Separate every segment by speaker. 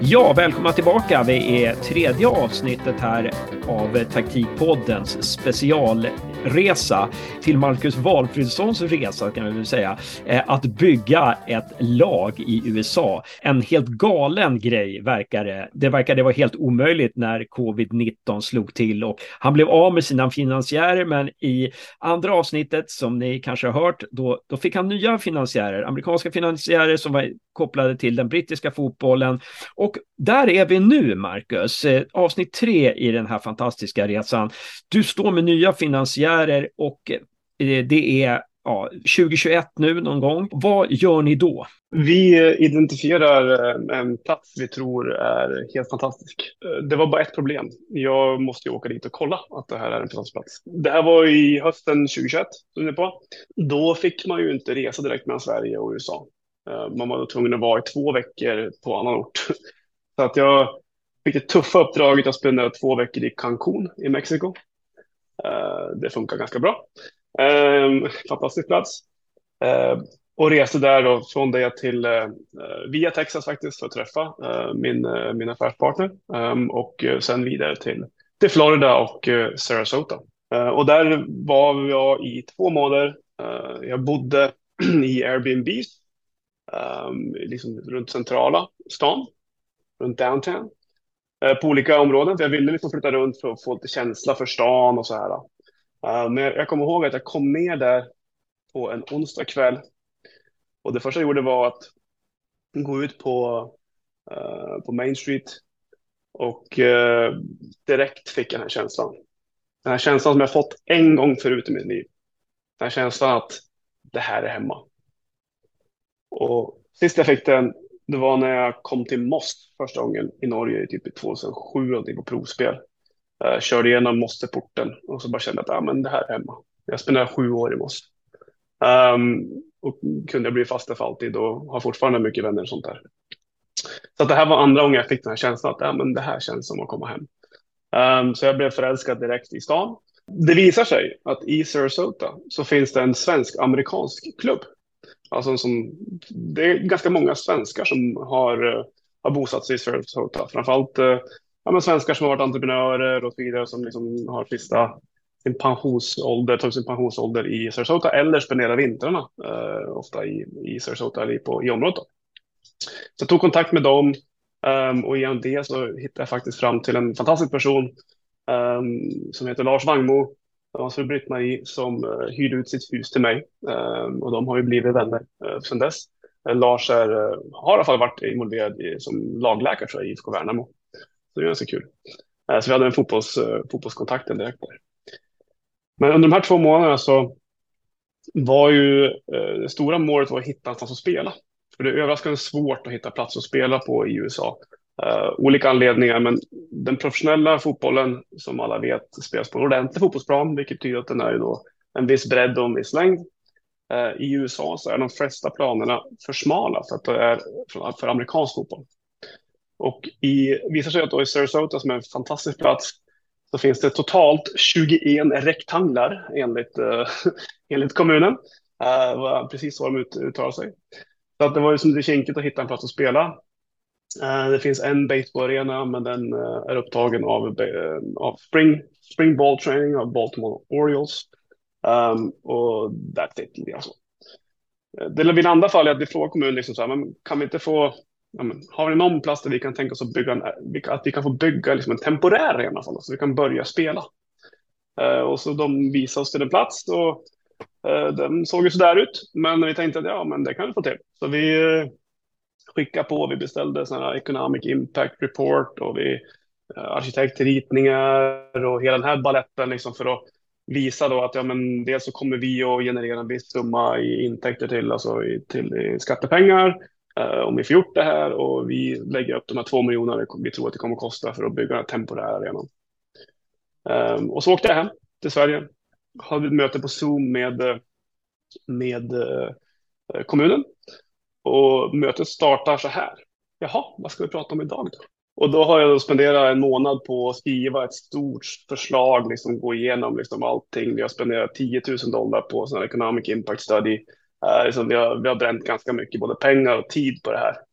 Speaker 1: Ja, välkomna tillbaka. Det är tredje avsnittet här av Taktikpoddens specialresa till Marcus Walfridssons resa, kan vi väl säga, att bygga ett lag i USA. En helt galen grej verkar det. Det verkade vara helt omöjligt när covid-19 slog till och han blev av med sina finansiärer, men i andra avsnittet som ni kanske har hört, då fick han nya finansiärer, amerikanska finansiärer som var kopplade till den brittiska fotbollen. Och där är vi nu, Marcus. Avsnitt 3 i den här fantastiska resan. Du står med nya finansiärer och det är 2021 nu någon gång. Vad gör ni då?
Speaker 2: Vi identifierar en plats vi tror är helt fantastisk. Det var bara ett problem. Jag måste ju åka dit och kolla att det här är en fantastisk plats. Det här var i hösten 2021, som ni är på. Då fick man ju inte resa direkt mellan Sverige och USA. Man var då tvungen att vara i 2 veckor på annan ort. Så att jag fick det tuffa uppdraget att spendera 2 veckor i Cancún i Mexiko. Det funkar ganska bra. Fantastisk plats. Och reste där då från det till via Texas faktiskt för att träffa min affärspartner. Och sen vidare till Florida och Sarasota. Och där var jag i 2 månader. Jag bodde i Airbnbs. Liksom runt centrala stan. Runt downtown. På olika områden. För jag ville liksom flytta runt för att få lite känsla för stan och så här. Men jag kommer ihåg att jag kom ner där på en onsdag kväll. Och det första jag gjorde var att gå ut på Main Street. Och direkt fick jag den här känslan. Den här känslan som jag fått en gång förut i mitt liv. Den här känslan att det här är hemma. Och sist jag fick den, det var när jag kom till Most första gången i Norge i typ 2007 på provspel. Körde igenom Mosterporten och så bara kände att men det här är hemma. Jag spenderade 7 år i Most. Och kunde bli fast för alltid och har fortfarande mycket vänner och sånt där. Så att det här var andra gången jag fick den här känslan att men det här känns som att komma hem. Så jag blev förälskad direkt i stan. Det visar sig att i Sarasota så finns det en svensk-amerikansk klubb. Alltså det är ganska många svenskar som har bosatt sig i Sarasota. Framförallt svenskar som har varit entreprenörer och så vidare som liksom har tagit sin pensionsålder i Sarasota eller spenderar vintrarna ofta i Sarasota eller i området. Så jag tog kontakt med dem och genom det så hittade jag faktiskt fram till en fantastisk person som heter Lars Wangmo. Hans fru Britt-Marie som hyrde ut sitt hus till mig. Och de har ju blivit vänner sedan dess. Lars har i alla fall varit involverad som lagläkare tror jag, i IFK Värnamo. Så det är ganska kul. Så vi hade en fotbollskontakten direkt där. Men under de här 2 månaderna så var ju det stora målet var att hitta någonstans att spela. För det är överraskande svårt att hitta plats att spela på i USA. Olika anledningar, men den professionella fotbollen som alla vet spelas på en ordentlig fotbollsplan, vilket betyder att den är ju då en viss bredd och en viss längd. I USA så är de flesta planerna för smala för att det är för amerikansk fotboll. Och visar sig att då i Sarasota som är en fantastisk plats så finns det totalt 21 rektanglar enligt kommunen. Precis så de uttalar sig. Så att det var ju som det kinkigt att hitta en plats att spela. Det finns en baseball-arena, men den är upptagen av spring ball training av Baltimore Orioles. Och that's it. Alltså. Det vi landar fall är att vi frågar kommunen liksom så här, men kan vi inte få, har vi någon plats där vi kan tänka oss att vi kan få bygga liksom en temporär arena så vi kan börja spela. Och så de visade oss till en plats och den såg ju så där ut, men vi tänkte att men det kan vi få till. Så vi vi beställde sådana economic impact report och vi arkitektritningar och hela den här balletten liksom för att visa då att dels så kommer vi att generera en viss summa i intäkter till skattepengar om vi får gjort det här och vi lägger upp de här 2 miljoner vi tror att det kommer att kosta för att bygga den här temporära arenan. Och så åkte jag hem till Sverige. Hade ett möte på Zoom med kommunen. Och mötet startar så här. Jaha, vad ska vi prata om idag då? Och då har jag spenderat en månad på att skriva ett stort förslag, liksom gå igenom liksom allting. Vi har spenderat $10,000 på en economic impact study. Vi har bränt ganska mycket både pengar och tid på det här.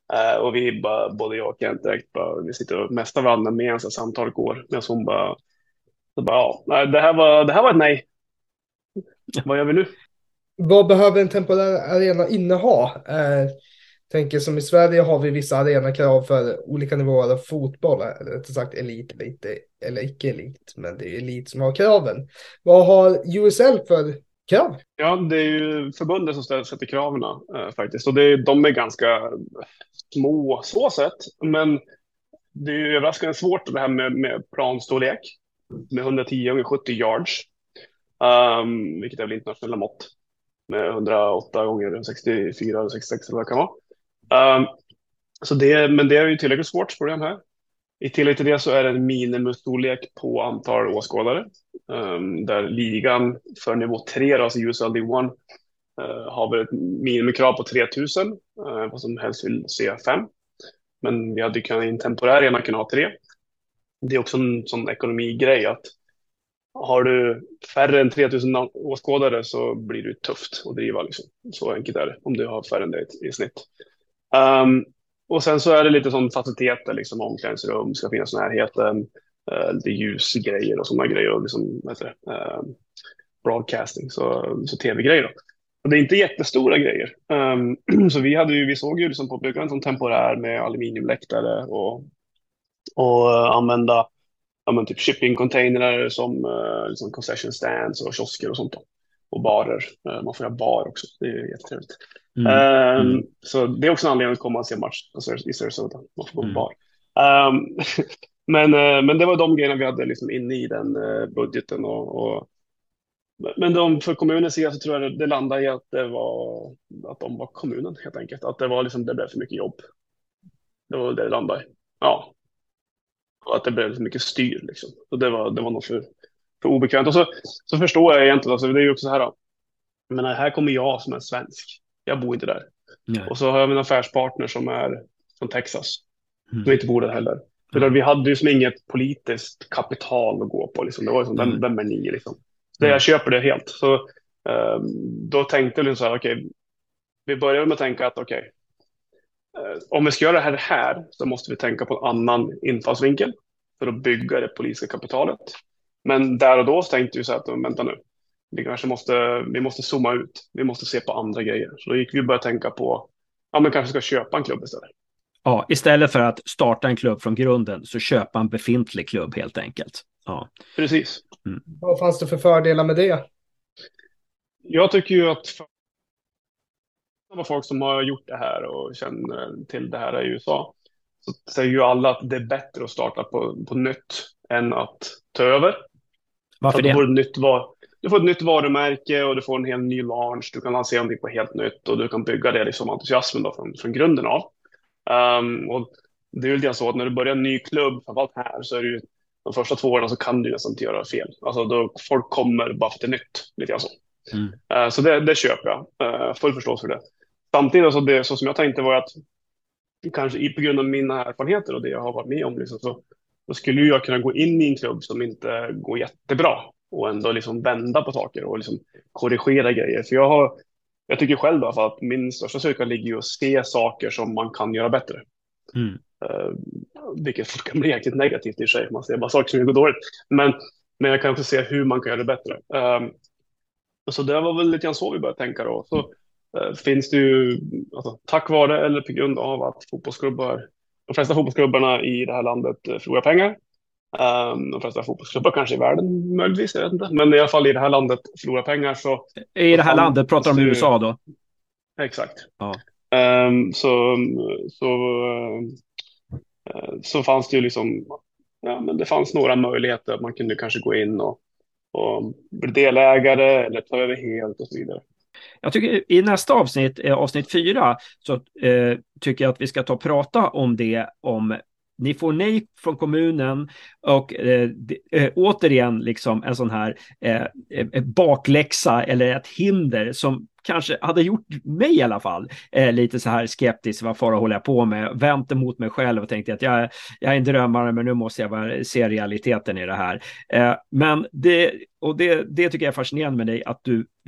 Speaker 2: Och vi bara, både jag och Kent direkt bara, vi sitter och mästar varandra medan samtalet går. Men hon bara, ja, nej, det här var ett nej. Vad gör vi nu?
Speaker 3: Vad behöver en temporär arena inneha? Tänker som i Sverige har vi vissa arenakrav för olika nivåer av fotboll, eller rättare sagt elit, eller icke elit, men det är elit som har kraven. Vad har USL för krav?
Speaker 2: Ja, det är ju förbundet som sätter kraven faktiskt. Och de är ganska små så sett, men det är ju överraskande svårt det här med planstorlek med 110-170 yards, vilket är väl internationella mått med 108 gånger 64 eller 66 eller vad det kan vara. Men det är ju tillräckligt svårt på det här. I tillägg till det så är det en minimumstorlek på antal åskådare. Där ligan för nivå 3, alltså USL D1, har väl ett minimikrav på 3000. Vad som helst vill se 5. Men vi hade kunnat i en temporär arena kunna ha 3. Det är också en sån ekonomigrej att har du färre än 3000 åskådare så blir det tufft att driva. Liksom. Så enkelt är det om du har färre än det i snitt. Och sen så är det lite sån faciliteter, liksom omklädningsrum, ska finnas närheten, lite ljusgrejer och sådana grejer, och liksom, broadcasting, så tv-grejer då. Och det är inte jättestora grejer. Så vi såg ju liksom på byggandet som temporär med aluminiumläktare och använda typ shipping-containrar som liksom concession stands och kiosker och sånt då. Och barer. Man får ha bar också. Det är jättetrevligt. Så det är också en anledning att komma och se match i Sarasota. Man får gå på bar. Men det var de grejerna vi hade liksom inne i den budgeten. Men för kommunens sida så tror jag det landade i att de var kommunen helt enkelt. Att det blev för mycket jobb. Det var det landade i. Ja. Och att det blev så mycket styr liksom. Så det var nog för obekvämt. Och så förstår jag egentligen, alltså, det är ju också så här då. Men här kommer jag som är svensk. Jag bor inte där.
Speaker 1: Nej.
Speaker 2: Och så har jag min affärspartner som är från Texas. Som inte bor där heller. För vi hade ju som inget politiskt kapital att gå på. Liksom. Det var liksom, vem är ni liksom? Så jag köper det helt. Så då tänkte jag så här, okej. Vi började med att tänka att okej. Om vi ska göra det här så måste vi tänka på en annan infallsvinkel för att bygga det politiska kapitalet. Men där och då så tänkte vi så att vänta nu, vi måste zooma ut, vi måste se på andra grejer. Så då gick vi och började tänka på, men kanske ska köpa en klubb istället.
Speaker 1: Ja, istället för att starta en klubb från grunden så köpa en befintlig klubb helt enkelt. Ja.
Speaker 2: Precis.
Speaker 3: Vad fanns det för fördelar med det?
Speaker 2: Jag tycker ju att folk som har gjort det här och känner till det här i USA, så säger ju alla att det är bättre att starta på nytt än att ta över.
Speaker 1: Varför det?
Speaker 2: Du får ett nytt varumärke och du får en helt ny launch. Du kan lansera någonting på helt nytt och du kan bygga det liksom entusiasmen då från grunden av. Och det är ju lite så att när du börjar en ny klubb, framförallt här, så är det ju de första 2 åren så kan du nästan inte göra fel. Alltså då folk kommer bara för det nytt, lite grann så. Så det köper jag. Full förståelse för det. Samtidigt så som jag tänkte var att kanske på grund av mina erfarenheter och det jag har varit med om liksom, så skulle jag kunna gå in i en klubb som inte går jättebra och ändå liksom vända på saker och liksom korrigera grejer. För jag tycker själv då, att min största styrka ligger ju att se saker som man kan göra bättre. Vilket kan bli jäkligt negativt i sig. Man ser bara saker som går dåligt. Men jag kan också se hur man kan göra det bättre. Så det var väl lite grann så vi började tänka då. Så finns det ju, alltså, tack vare eller på grund av att de flesta fotbollsklubbarna i det här landet förlorar pengar. De flesta fotbollsklubbar kanske i världen möjligtvis, jag vet inte. Men i alla fall i det här landet förlorar pengar. Så
Speaker 1: i det här landet pratar om USA då?
Speaker 2: Exakt.
Speaker 1: Ja.
Speaker 2: Så fanns det ju liksom, men det fanns några möjligheter att man kunde kanske gå in och bli delägare eller ta över helt och så vidare.
Speaker 1: Jag tycker i nästa avsnitt 4, så tycker jag att vi ska prata om det, om ni får nej från kommunen och återigen liksom en sån här bakläxa eller ett hinder som kanske hade gjort mig i alla fall lite så här skeptisk. Vad fara håller jag på med? Vänt emot mig själv och tänkte att jag är en drömmare, men nu måste jag bara se realiteten i det här. Men och det tycker jag är fascinerande med dig, att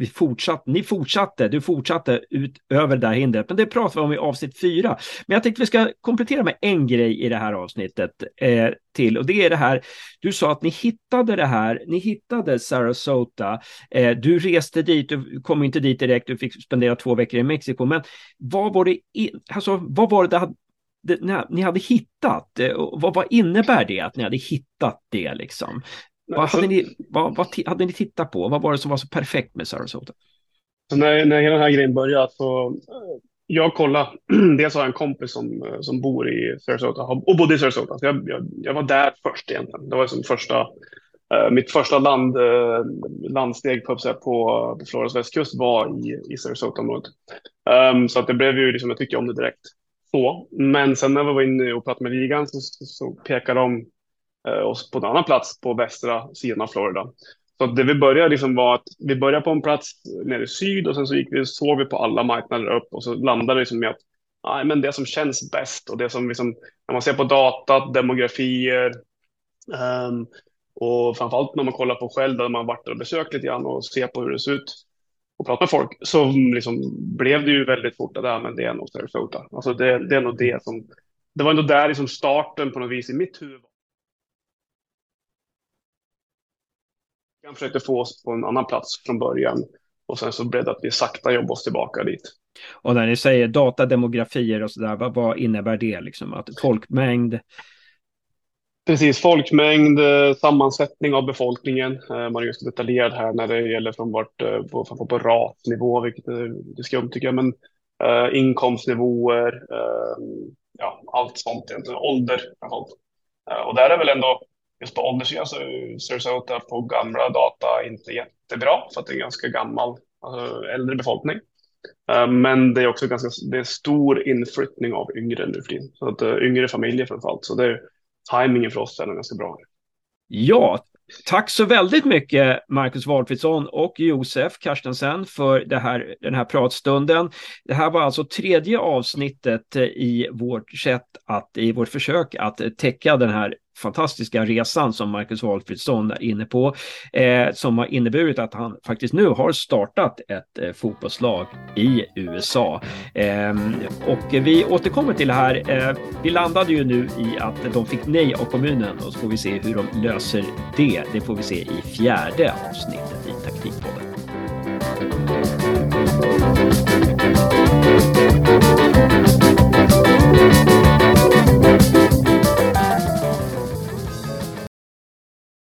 Speaker 1: du fortsatte ut över det där hindret. Men det pratar vi om i avsnitt 4. Men jag tänkte vi ska komplettera med en grej i det här avsnittet till. Och det är det här, du sa att ni hittade Sarasota. Du reste dit, du kom inte dit direkt, du fick spendera 2 veckor i Mexiko. Men vad var det ni hade hittat? Vad innebär det att ni hade hittat det liksom? Vad hade ni tittat på? Vad var det som var så perfekt med Sarasota?
Speaker 2: När hela den här grejen började så jag kollade, dels har jag en kompis som bor i Sarasota och bodde i Sarasota. Så jag var där först egentligen. Det var som mitt första landsteg på Floridas västkust var i Sarasota-området. Så att det blev ju liksom, jag tyckte om det direkt. Så. Men sen när vi var inne och pratade med ligan så pekade de oss på en annan plats på västra sidan av Florida. Så det vi började liksom var att vi började på en plats nere i syd och sen så såg vi på alla marknader upp och så landade det liksom med att men det som känns bäst och det som liksom, när man ser på data, demografier och framförallt när man kollar på själv där man varit och besökt lite grann och ser på hur det ser ut och pratar med folk, så liksom blev det ju väldigt fort att men det är nog Sarasota. Alltså det är nog det som, det var ändå där liksom starten på något vis i mitt huvud. Jag försökte få oss på en annan plats från början och sen så blev det att vi sakta jobbade oss tillbaka dit.
Speaker 1: Och när ni säger datademografier och sådär, vad innebär det liksom? Att folkmängd?
Speaker 2: Precis, folkmängd, sammansättning av befolkningen. Man är just detaljerad här när det gäller från på rasnivå, vilket är skumt tycker jag, men inkomstnivåer, allt sånt egentligen, ålder. Och där är väl ändå just på ålderssidan så Sarasota på gamla data inte jättebra för att det är en ganska gammal, äldre befolkning. Men det är också det är stor inflyttning av yngre nu för tiden. Så att yngre familjer framförallt. Så det är timingen för oss är ganska bra.
Speaker 1: Ja, tack så väldigt mycket Marcus Walfridsson och Josef Carstensen för den här pratstunden. Det här var alltså 3:e avsnittet i vårt försök att täcka den här fantastiska resan som Marcus Walfridsson är inne på, som har inneburit att han faktiskt nu har startat ett fotbollslag i USA. Och vi återkommer till det här. Vi landade ju nu i att de fick nej av kommunen och så får vi se hur de löser det. Det får vi se i 4:e avsnittet i Taktikpodden.